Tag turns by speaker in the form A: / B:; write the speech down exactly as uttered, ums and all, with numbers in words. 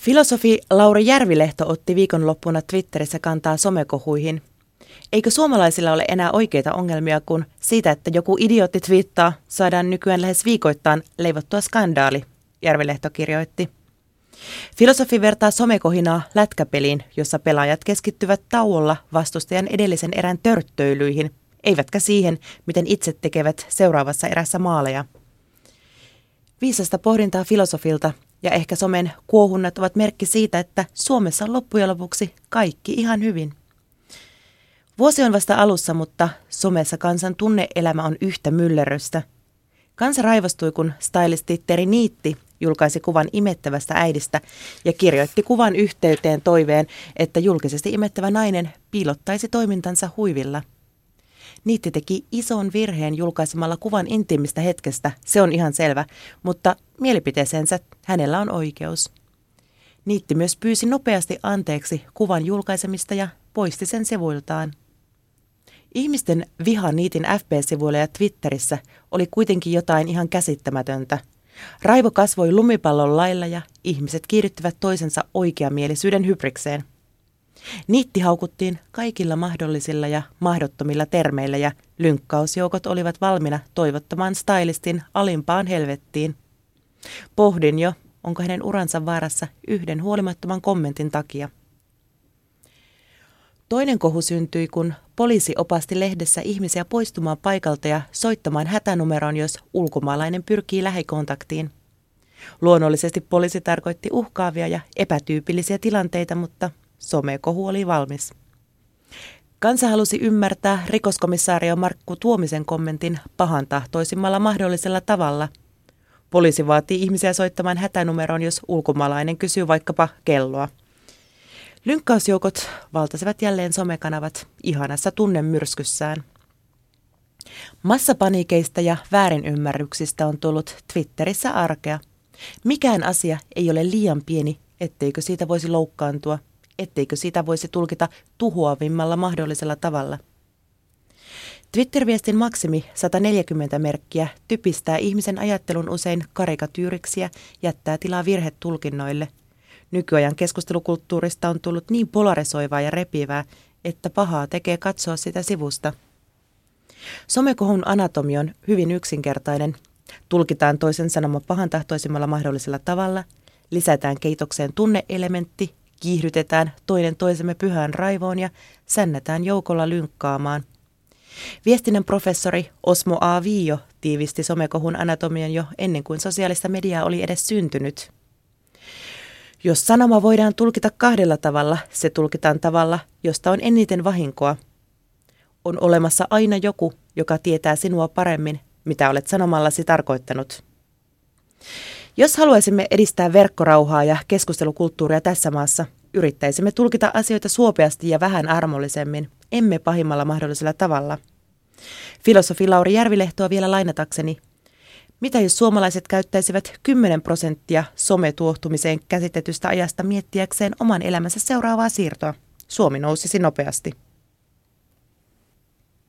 A: Filosofi Lauri Järvilehto otti viikonloppuna Twitterissä kantaa somekohuihin. Eikö suomalaisilla ole enää oikeita ongelmia, kun siitä, että joku idiootti twiittaa, saadaan nykyään lähes viikoittain leivottua skandaali, Järvilehto kirjoitti. Filosofi vertaa somekohinaa lätkäpeliin, jossa pelaajat keskittyvät tauolla vastustajan edellisen erän törttöilyihin, eivätkä siihen, miten itse tekevät seuraavassa erässä maaleja. Viisasta pohdintaa filosofilta, ja ehkä somen kuohunnat ovat merkki siitä, että Suomessa on loppujen lopuksi kaikki ihan hyvin. Vuosi on vasta alussa, mutta somessa kansan tunneelämä on yhtä myllerrystä. Kansa raivostui, kun stylisti Teri Niitti julkaisi kuvan imettävästä äidistä ja kirjoitti kuvan yhteyteen toiveen, että julkisesti imettävä nainen piilottaisi toimintansa huivilla. Niitti teki ison virheen julkaisemalla kuvan intiimistä hetkestä, se on ihan selvä, mutta mielipiteeseensä hänellä on oikeus. Niitti myös pyysi nopeasti anteeksi kuvan julkaisemista ja poisti sen sivuiltaan. Ihmisten viha Niitin F B-sivuilla ja Twitterissä oli kuitenkin jotain ihan käsittämätöntä. Raivo kasvoi lumipallon lailla ja ihmiset kiihdyttivät toisensa oikeamielisyyden hybrikseen. Niitti haukuttiin kaikilla mahdollisilla ja mahdottomilla termeillä ja lynkkausjoukot olivat valmiina toivottamaan stylistin alimpaan helvettiin. Pohdin jo, onko hänen uransa vaarassa yhden huolimattoman kommentin takia. Toinen kohu syntyi, kun poliisi opasti lehdessä ihmisiä poistumaan paikalta ja soittamaan hätänumeroon, jos ulkomaalainen pyrkii lähikontaktiin. Luonnollisesti poliisi tarkoitti uhkaavia ja epätyypillisiä tilanteita, mutta somekohu oli valmis. Kansa halusi ymmärtää rikoskomissaario Markku Tuomisen kommentin pahantahtoisimmalla mahdollisella tavalla. Poliisi vaatii ihmisiä soittamaan hätänumeroon, jos ulkomaalainen kysyy vaikkapa kelloa. Lynkkausjoukot valtasivat jälleen somekanavat ihanassa tunnemyrskyssään. Massapaniikeista ja väärinymmärryksistä on tullut Twitterissä arkea. Mikään asia ei ole liian pieni, etteikö siitä voisi loukkaantua, etteikö siitä voisi tulkita tuhoavimmalla mahdollisella tavalla. Twitter-viestin maksimi sata neljäkymmentä merkkiä typistää ihmisen ajattelun usein karikatyyriksi ja jättää tilaa virhetulkinnoille. Nykyajan keskustelukulttuurista on tullut niin polarisoivaa ja repivää, että pahaa tekee katsoa sitä sivusta. Somekohun anatomi on hyvin yksinkertainen. Tulkitaan toisen sanoma pahantahtoisimmalla mahdollisella tavalla, lisätään keitokseen tunneelementti, kiihdytetään toinen toisemme pyhään raivoon ja sännätään joukolla lynkkaamaan. Viestinnän professori Osmo A. Viio tiivisti somekohun anatomian jo ennen kuin sosiaalista mediaa oli edes syntynyt. Jos sanoma voidaan tulkita kahdella tavalla, se tulkitaan tavalla, josta on eniten vahinkoa. On olemassa aina joku, joka tietää sinua paremmin, mitä olet sanomallasi tarkoittanut. Jos haluaisimme edistää verkkorauhaa ja keskustelukulttuuria tässä maassa, yrittäisimme tulkita asioita suopeasti ja vähän armollisemmin, emme pahimmalla mahdollisella tavalla. Filosofi Lauri Järvilehtoa vielä lainatakseni. Mitä jos suomalaiset käyttäisivät kymmenen prosenttia sometuohtumiseen käsitetystä ajasta miettiäkseen oman elämänsä seuraavaa siirtoa? Suomi nousisi nopeasti.